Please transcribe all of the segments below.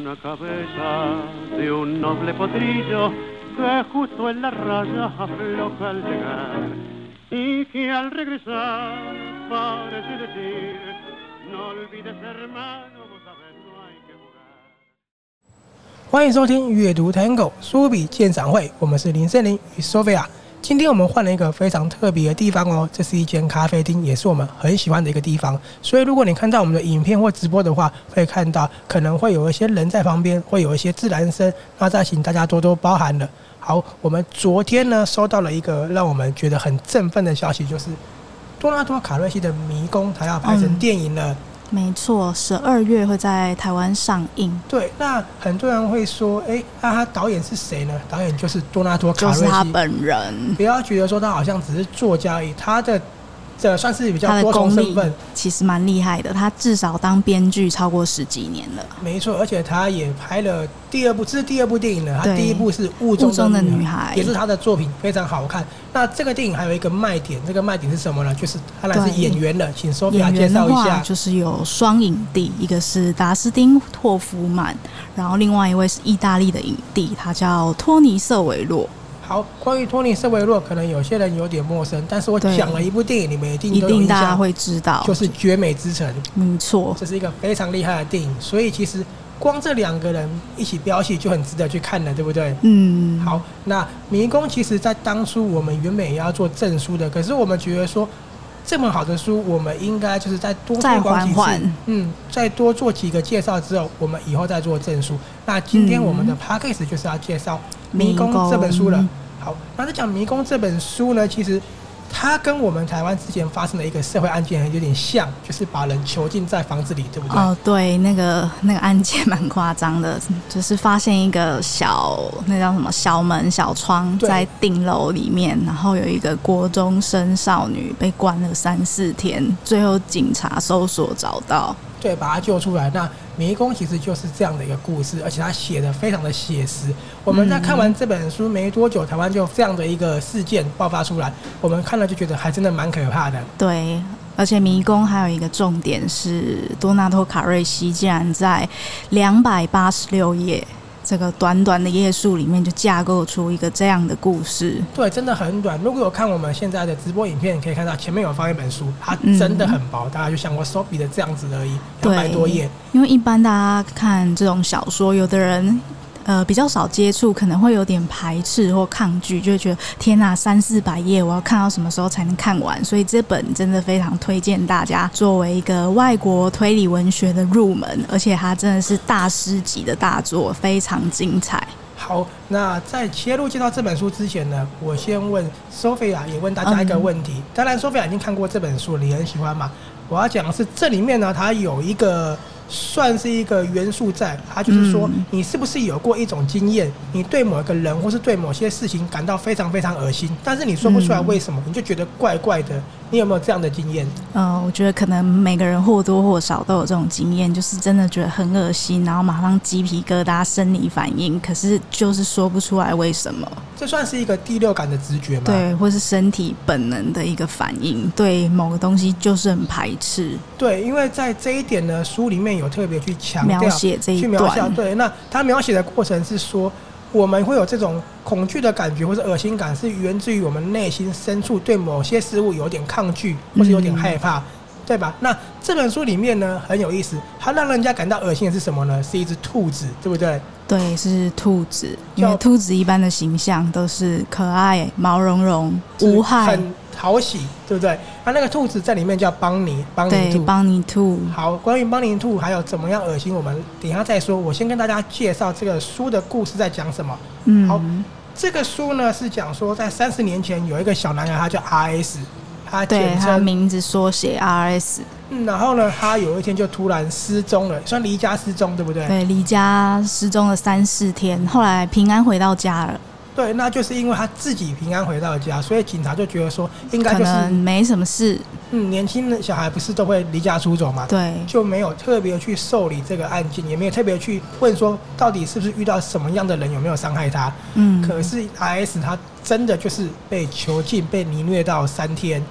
una cabeza de un noble potrillo que justo en la raya afloja al llegar y que al regresar parece decir no olvides hermano vos sabés no hay que jugar。 欢迎收听阅读 Tango 书笔鉴赏会，我们是林森林与 Sophia。今天我们换了一个非常特别的地方哦，这是一间咖啡厅，也是我们很喜欢的一个地方。所以如果你看到我们的影片或直播的话，会看到可能会有一些人在旁边，会有一些自然声，那再请大家多多包涵了。好，我们昨天呢收到了一个让我们觉得很振奋的消息，就是多纳多卡瑞西的《迷宫》它要拍成电影了。 没错，12月会在台湾上映。 对，那很多人会说，那他导演是谁呢？导演就是多纳多卡瑞西， 就是他本人。 不要觉得说他好像只是作家而已，他的算是比较多重身份， 其实蛮厉害的。他至少当编剧超过10几年了。 没错，而且他也拍了第二部，这是第二部电影了。他第一部是《雾中的女孩》，也是他的作品，非常好看。那这个电影还有一个卖点，这个卖点是什么呢？就是当然是演员了，请 Sophia 介绍一下。 就是有双影帝，一个是达斯汀·霍夫曼，然后另外一位是意大利的影帝，他叫托尼·瑟维洛。 好，关于托尼·瑟维洛，可能有些人有点陌生，但是我讲了一部电影，你们一定都有印象， 大家会知道， 就是《绝美之城》。 没错， 这是一个非常厉害的电影，所以其实光这两个人一起飙戏就很值得去看了，对不对？好，那《迷宫》其实在当初我们原本也要做证书的，可是我们觉得说这么好的书，我们应该就是再多推广几次，再多做几个介绍之后，我们以后再做证书。那今天我们的 podcast 就是要介绍《迷宫》这本书了。好，那在讲《迷宫》这本书呢，其实它跟我们台湾之前发生的一个社会案件有点像，就是把人囚禁在房子里，对不对？ 哦，对，那个案件蛮夸张的，就是发现一个那叫什么小门小窗在顶楼里面，然后有一个国中生少女被关了3-4天，最后警察搜索找到， 对，把她救出来。那迷宫其实就是这样的一个故事，而且它写得非常的写实。我们在看完这本书没多久，台湾就这样的一个事件爆发出来，我们看了就觉得还真的蛮可怕的。 对，而且迷宫还有一个重点是，多纳托卡瑞西竟然在286页这个短短的页数里面就架构出一个这样的故事。 对，真的很短。如果有看我们现在的直播影片，可以看到前面有放一本书，它真的很薄，大概就像我手笔的这样子而已，200多页。 因为一般大家看这种小说，有的人比较少接触，可能会有点排斥或抗拒，就会觉得天哪，300-400页，我要看到什么时候才能看完？所以这本真的非常推荐大家作为一个外国推理文学的入门，而且它真的是大师级的大作，非常精彩。 好，那在切入介绍这本书之前呢，我先问 Sophia， 也问大家一个问题。当然 Sophia 已经看过这本书，你很喜欢嘛？我要讲的是这里面呢，它有一个算是一个元素在，它就是说你是不是有过一种经验，你对某一个人或是对某些事情感到非常非常恶心，但是你说不出来为什么，你就觉得怪怪的。你有没有这样的经验？ 我觉得可能每个人或多或少都有这种经验，就是真的觉得很恶心，然后马上鸡皮疙瘩、生理反应，可是就是说不出来为什么。 这算是一个第六感的直觉吗？ 对，或是身体本能的一个反应，对某个东西就是很排斥。 对，因为在这一点呢，书里面有特别去强调、 描写这一段。 对，那他描写的过程是说，我们会有这种恐惧的感觉或者恶心感，是源自于我们内心深处对某些事物有点抗拒或是有点害怕，对吧？那这本书里面呢很有意思，它让人家感到恶心的是什么呢？是一只兔子，对不对？ 对，是兔子。因为兔子一般的形象都是可爱、毛茸茸、无害、 很讨喜，对不对？那个兔子在里面叫邦尼兔。 对，邦尼兔。 好，关于邦尼兔还有怎么样恶心，我们等一下再说。我先跟大家介绍这个书的故事在讲什么。好，这个书呢是讲说，在30年前有一个小男孩，他叫 RS， 他简称， 他名字缩写 RS。 然后呢，他有一天就突然失踪了，算离家失踪，对不对？ 对，离家失踪了3-4天，后来平安回到家了。 对，那就是因为他自己平安回到家，所以警察就觉得说应该就是可能没什么事。 年轻的小孩不是都会离家出走嘛？ 对， 就没有特别去受理这个案件，也没有特别去问说到底是不是遇到什么样的人，有没有伤害他。可是 RS 他真的就是被囚禁、被凌虐到3天。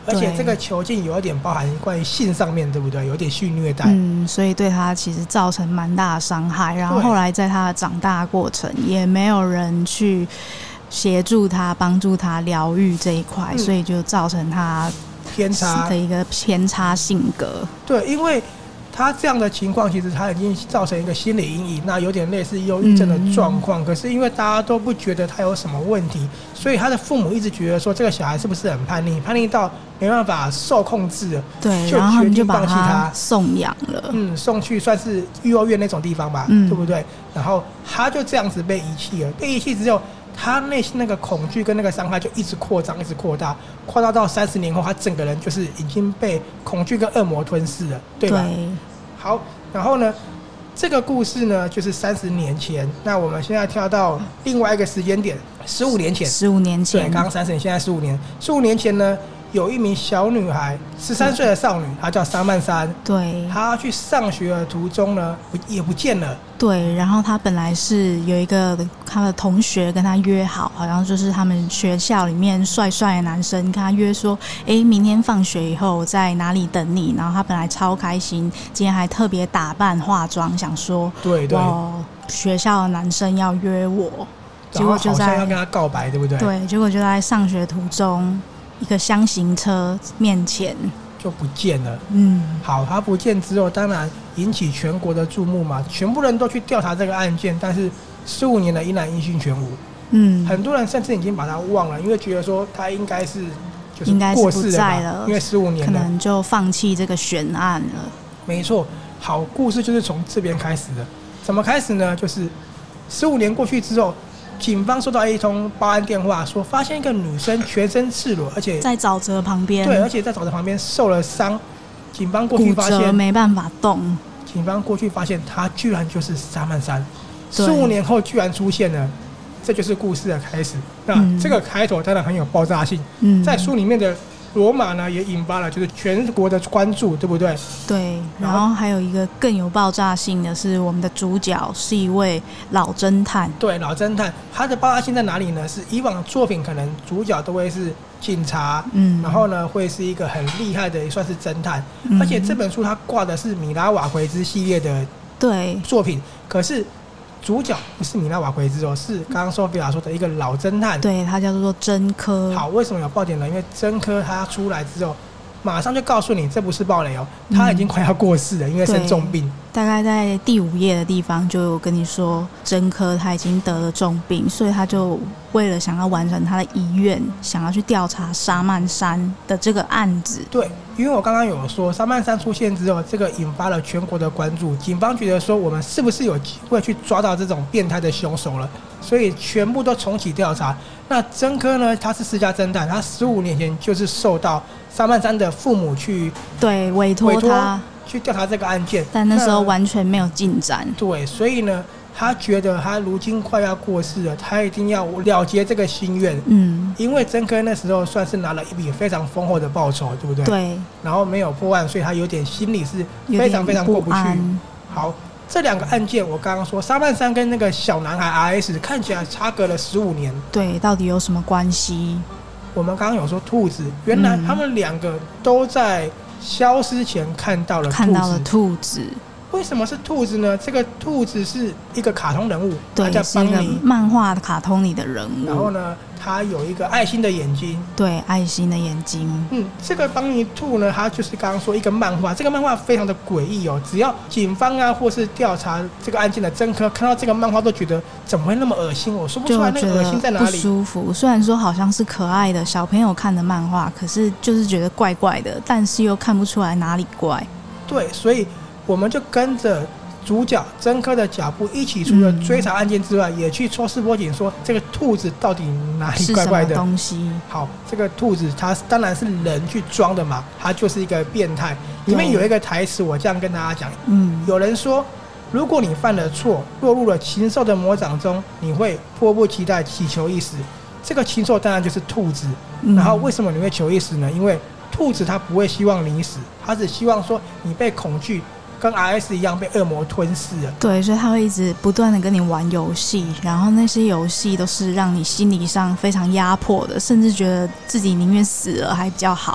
而且这个囚禁有一点包含关于性上面，对不对？有点性虐待， 所以对他其实造成蛮大的伤害。然后后来在他的长大过程，也没有人去协助他、帮助他疗愈这一块，所以就造成他偏差的一个偏差性格。 对，因为他这样的情况，其实他已经造成一个心理阴影，那有点类似忧郁症的状况。可是因为大家都不觉得他有什么问题，所以他的父母一直觉得说这个小孩是不是很叛逆，叛逆到没办法受控制了， 对， 就然后他们就把决定放弃他， 送养了， 送去算是育幼院那种地方吧，对不对？然后他就这样子被遗弃了，被遗弃之后，他内心那个恐惧跟那个伤害就一直扩张，一直扩大，扩大到30年后，他整个人就是已经被恐惧跟恶魔吞噬了，对吧？对。好，然后呢，这个故事呢就是30年前。那我们现在跳到另外一个时间点，15年前。15年前，对，刚刚30年，现在15年。15年前呢，有一名小女孩，13岁的少女，她叫沙曼珊。对，她去上学的途中呢，也不见了。对，然后她本来是有一个她的同学跟她约好，好像就是他们学校里面帅帅的男生跟她约说，明天放学以后我在哪里等你。然后她本来超开心，今天还特别打扮化妆，想说，对，学校的男生要约我，结果就在好像要跟他告白，对不对？对，结果就在上学途中，一个箱型车面前就不见了。好，他不见之后，当然引起全国的注目嘛，全部人都去调查这个案件，但是15年的一男一讯全无。很多人甚至已经把他忘了，因为觉得说他应该是就是过世了，因为15年了，可能就放弃这个悬案了。没错，好，故事就是从这边开始的。怎么开始呢？就是15年过去之后，警方收到一通报案电话，说发现一个女生全身赤裸，而且在沼泽旁边。对，而且在沼泽旁边受了伤。警方过去发现骨折没办法动。警方过去发现她居然就是沙曼珊，15年后居然出现了，这就是故事的开始。那这个开头当然很有爆炸性。在书里面的罗马呢，也引发了就是全国的关注，对不对？对。然后还有一个更有爆炸性的是，我们的主角是一位老侦探。对，老侦探，他的爆炸性在哪里呢？是以往作品可能主角都会是警察，然后呢会是一个很厉害的，也算是侦探。而且这本书他挂的是米拉瓦奎兹系列的作品，可是主角不是米拉瓦奎兹哦，是刚刚 Sophia 说的一个老侦探，对，他叫做真科。好，为什么有爆点呢？因为真科他出来之后，马上就告诉你这不是爆雷哦，他已经快要过世了，因为生重病。大概在第5页的地方就有跟你说，真科他已经得了重病，所以他就为了想要完成他的遗愿，想要去调查沙曼珊的这个案子。对，因为我刚刚有说沙曼珊出现之后，这个引发了全国的关注，警方觉得说我们是不是有机会去抓到这种变态的凶手了，所以全部都重启调查。那真科呢，他是私家侦探，他15年前就是受到沙曼珊的父母去委托他去调查这个案件，但那时候完全没有进展。对，所以呢，他觉得他如今快要过世了，他一定要了结这个心愿。因为真科那时候算是拿了一笔非常丰厚的报酬，对不对？对。然后没有破案，所以他有点心里是非常非常过不去。好，这2个案件我刚刚说，沙曼珊跟那个小男孩 RS 看起来差隔了15年。对，到底有什么关系？我们刚刚有说兔子，原来他们2个都在消失前看到了兔子。为什么是兔子呢？这个兔子是一个卡通人物，它叫邦尼，是一个漫画卡通里的人物。然后呢，它有一个爱心的眼睛，对，爱心的眼睛。这个邦尼兔呢，它就是刚刚说一个漫画，这个漫画非常的诡异哦。只要警方啊，或是调查这个案件的侦科看到这个漫画，都觉得怎么会那么恶心？我说不出来那个恶心在哪里，不舒服。虽然说好像是可爱的小朋友看的漫画，可是就是觉得怪怪的，但是又看不出来哪里怪。对，所以我们就跟着主角真科的脚步一起，除了追查案件之外，也去抽丝剥茧，说这个兔子到底哪里怪怪的东西。好，这个兔子它当然是人去装的嘛，它就是一个变态。里面有一个台词，我这样跟大家讲，有人说，如果你犯了错，落入了禽兽的魔掌中，你会迫不及待祈求一死。这个禽兽当然就是兔子。然后为什么你会求一死呢？因为兔子它不会希望你死，它只希望说你被恐惧跟 RS 一样被恶魔吞噬了。对，所以他会一直不断的跟你玩游戏，然后那些游戏都是让你心理上非常压迫的，甚至觉得自己宁愿死了还比较好。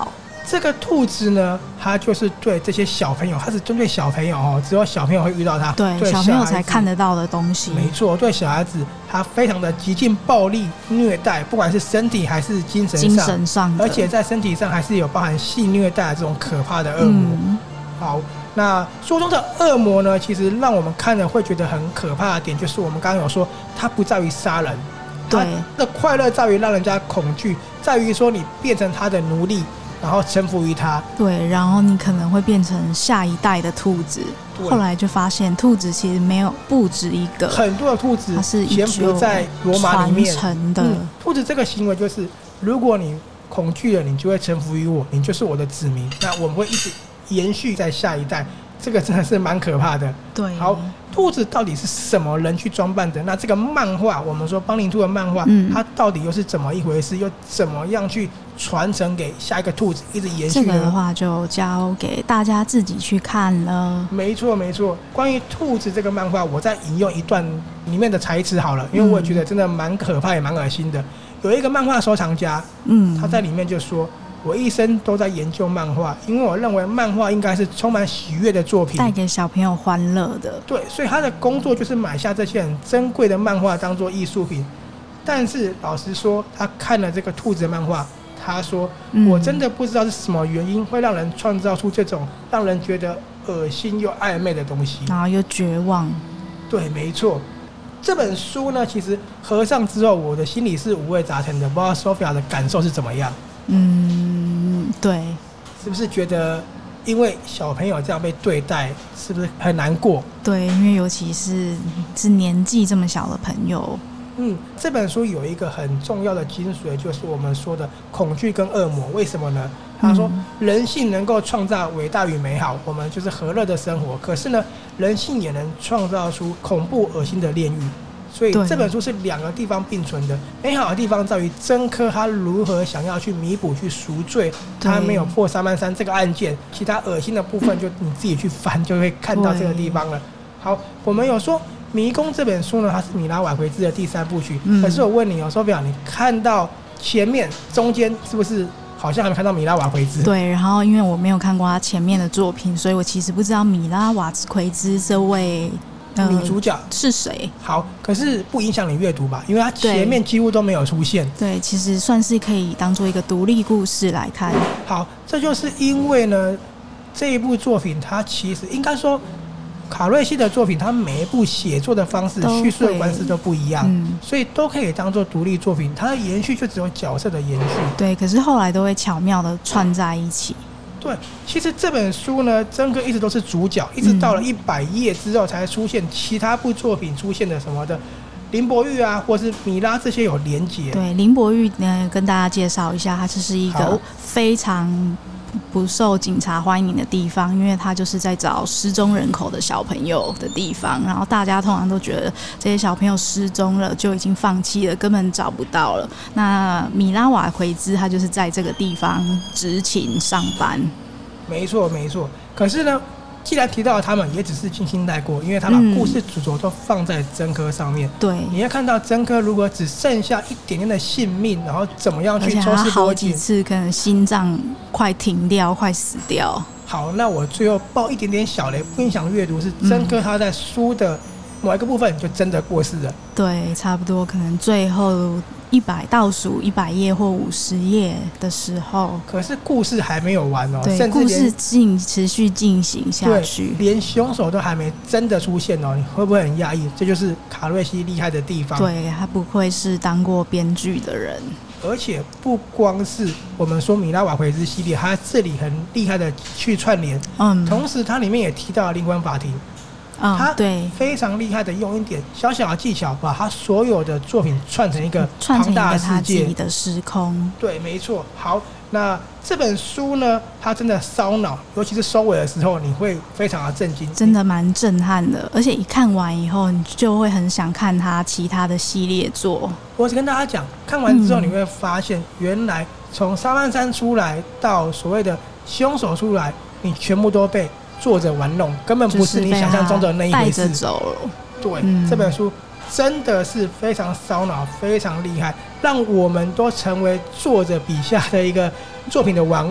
这个兔子呢，它就是对这些小朋友，它是针对小朋友哦，只有小朋友会遇到它， 对小朋友才看得到的东西。 没错，对小孩子，它非常的极尽暴力虐待，不管是身体还是精神上，而且在身体上还是有包含性虐待的这种可怕的恶魔。好，那书中的恶魔呢，其实让我们看了会觉得很可怕的点，就是我们刚刚有说，它不在于杀人，它的快乐在于让人家恐惧，在于说你变成他的奴隶，然后臣服于他。 对，然后你可能会变成下一代的兔子。后来就发现兔子其实不止一个， 很多的兔子它是潜伏在罗马里面传承的。 兔子这个行为就是，如果你恐惧了，你就会臣服于我，你就是我的子民。那我们会一直延续在下一代，这个真的是蛮可怕的。 对， 好，兔子到底是什么人去装扮的？那这个漫画，我们说邦尼兔的漫画，它到底又是怎么一回事？又怎么样去传承给下一个兔子，一直延续呢？ 这个的话就交给大家自己去看了。 没错没错，关于兔子这个漫画，我再引用一段里面的台词好了，因为我也觉得真的蛮可怕也蛮恶心的。有一个漫画收藏家，他在里面就说，我一生都在研究漫画，因为我认为漫画应该是充满喜悦的作品， 带给小朋友欢乐的。 对，所以他的工作就是买下这些很珍贵的漫画当做艺术品。但是老实说，他看了这个兔子的漫画，他说，我真的不知道是什么原因会让人创造出这种让人觉得恶心又暧昧的东西， 然后又绝望。对， 没错。这本书呢，其实合上之后，我的心里是五味杂陈的，不知道 Sophia 的感受是怎么样？ 对， 是不是觉得因为小朋友这样被对待，是不是很难过？ 对，因为尤其是年纪这么小的朋友。 这本书有一个很重要的精髓，就是我们说的恐惧跟恶魔。为什么呢？他说，人性能够创造伟大与美好，我们就是和乐的生活。可是呢，人性也能创造出恐怖恶心的炼狱。所以这本书是两个地方并存的。美好的地方在于真科他如何想要去弥补、去赎罪，他没有破383这个案件，其他恶心的部分就你自己去翻，就会看到这个地方了。好，我们有说《迷宫》这本书呢，它是米拉瓦奎兹的第3部曲。可是我问你Sophia，你看到前面、中间是不是好像还没看到米拉瓦奎兹？ 对，然后因为我没有看过他前面的作品，所以我其实不知道米拉瓦奎兹这位女主角是谁。 好，可是不影响你阅读吧，因为它前面几乎都没有出现。 对，其实算是可以当做一个独立故事来看。 好，这就是因为呢，这一部作品它其实应该说，卡瑞西的作品，它每一部写作的方式、叙述的方式都不一样，所以都可以当做独立作品。它的延续就只有角色的延续。 对，可是后来都会巧妙的串在一起。 对，其实这本书呢，真哥一直都是主角，一直到了100页之后才出现其他部作品出现的什么的，林伯玉啊，或是米拉这些有连结。 对，林伯玉呢，跟大家介绍一下，他就是一个非常不受警察欢迎的地方，因为他就是在找失踪人口的小朋友的地方，然后大家通常都觉得这些小朋友失踪了就已经放弃了，根本找不到了。那米拉瓦奎兹他就是在这个地方执勤上班。 没错没错，可是呢，既然提到了他们，也只是轻轻带过，因为他把故事主轴都放在真科上面。对，你要看到真科如果只剩下一点点的性命，然后怎么样去抽丝剥茧， 好几次可能心脏快停掉、快死掉。 好，那我最后爆一点点小雷，不影响阅读，是真科他在书的某一个部分就真的过世了。对， 差不多可能最后倒数100页或50页的时候， 可是故事还没有完哦， 对，甚至故事持续进行下去， 连凶手都还没真的出现哦，你会不会很压抑？这就是卡瑞西厉害的地方。 对，他不愧是当过编剧的人， 而且不光是我们说米拉瓦奎兹系列，他这里很厉害的去串联，同时它里面也提到了灵魂法庭。他非常厉害的用一点小小的技巧，把他所有的作品串成一个庞大的世界， 他自己的时空。 对，没错。好，那这本书呢，它真的烧脑，尤其是收尾的时候，你会非常的震惊， 真的蛮震撼的。而且一看完以后，你就会很想看他其他的系列作。 我只跟大家讲，看完之后你会发现，原来从383出来到所谓的凶手出来，你全部都被作者玩弄，根本不是你想象中的那一回事。 带着走了。 对，这本书真的是非常烧脑，非常厉害，让我们都成为作者笔下的一个作品的玩物。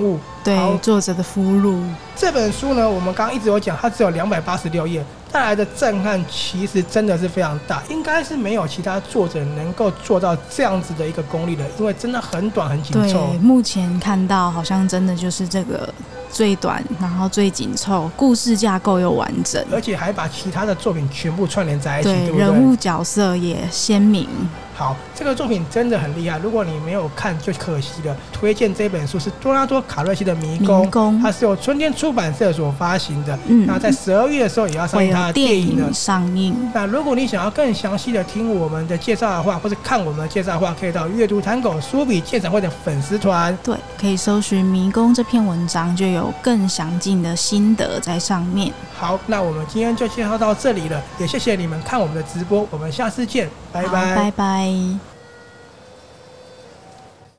对作者的俘虏。 这本书呢，我们刚刚一直有讲，它只有286页，带来的震撼其实真的是非常大，应该是没有其他作者能够做到这样子的一个功力的，因为真的很短很紧凑。 对，目前看到好像真的就是这个最短，然后最紧凑，故事架构又完整， 而且还把其他的作品全部串联在一起， 对不对？ 人物角色也鲜明。 好，这个作品真的很厉害，如果你没有看就可惜了。推荐这本书是多拉多卡瑞西的迷宫，它是由春天出版社所发行的。那在12月的时候也要上映它的电影了。 上映。 那如果你想要更详细的听我们的介绍的话，或是看我们的介绍的话，可以到阅读探狗书笔鉴赏会的粉丝团， 对，可以搜寻迷宫这篇文章，就有更详尽的心得在上面。 好，那我们今天就介绍到这里了，也谢谢你们看我们的直播，我们下次见，拜拜， 拜拜。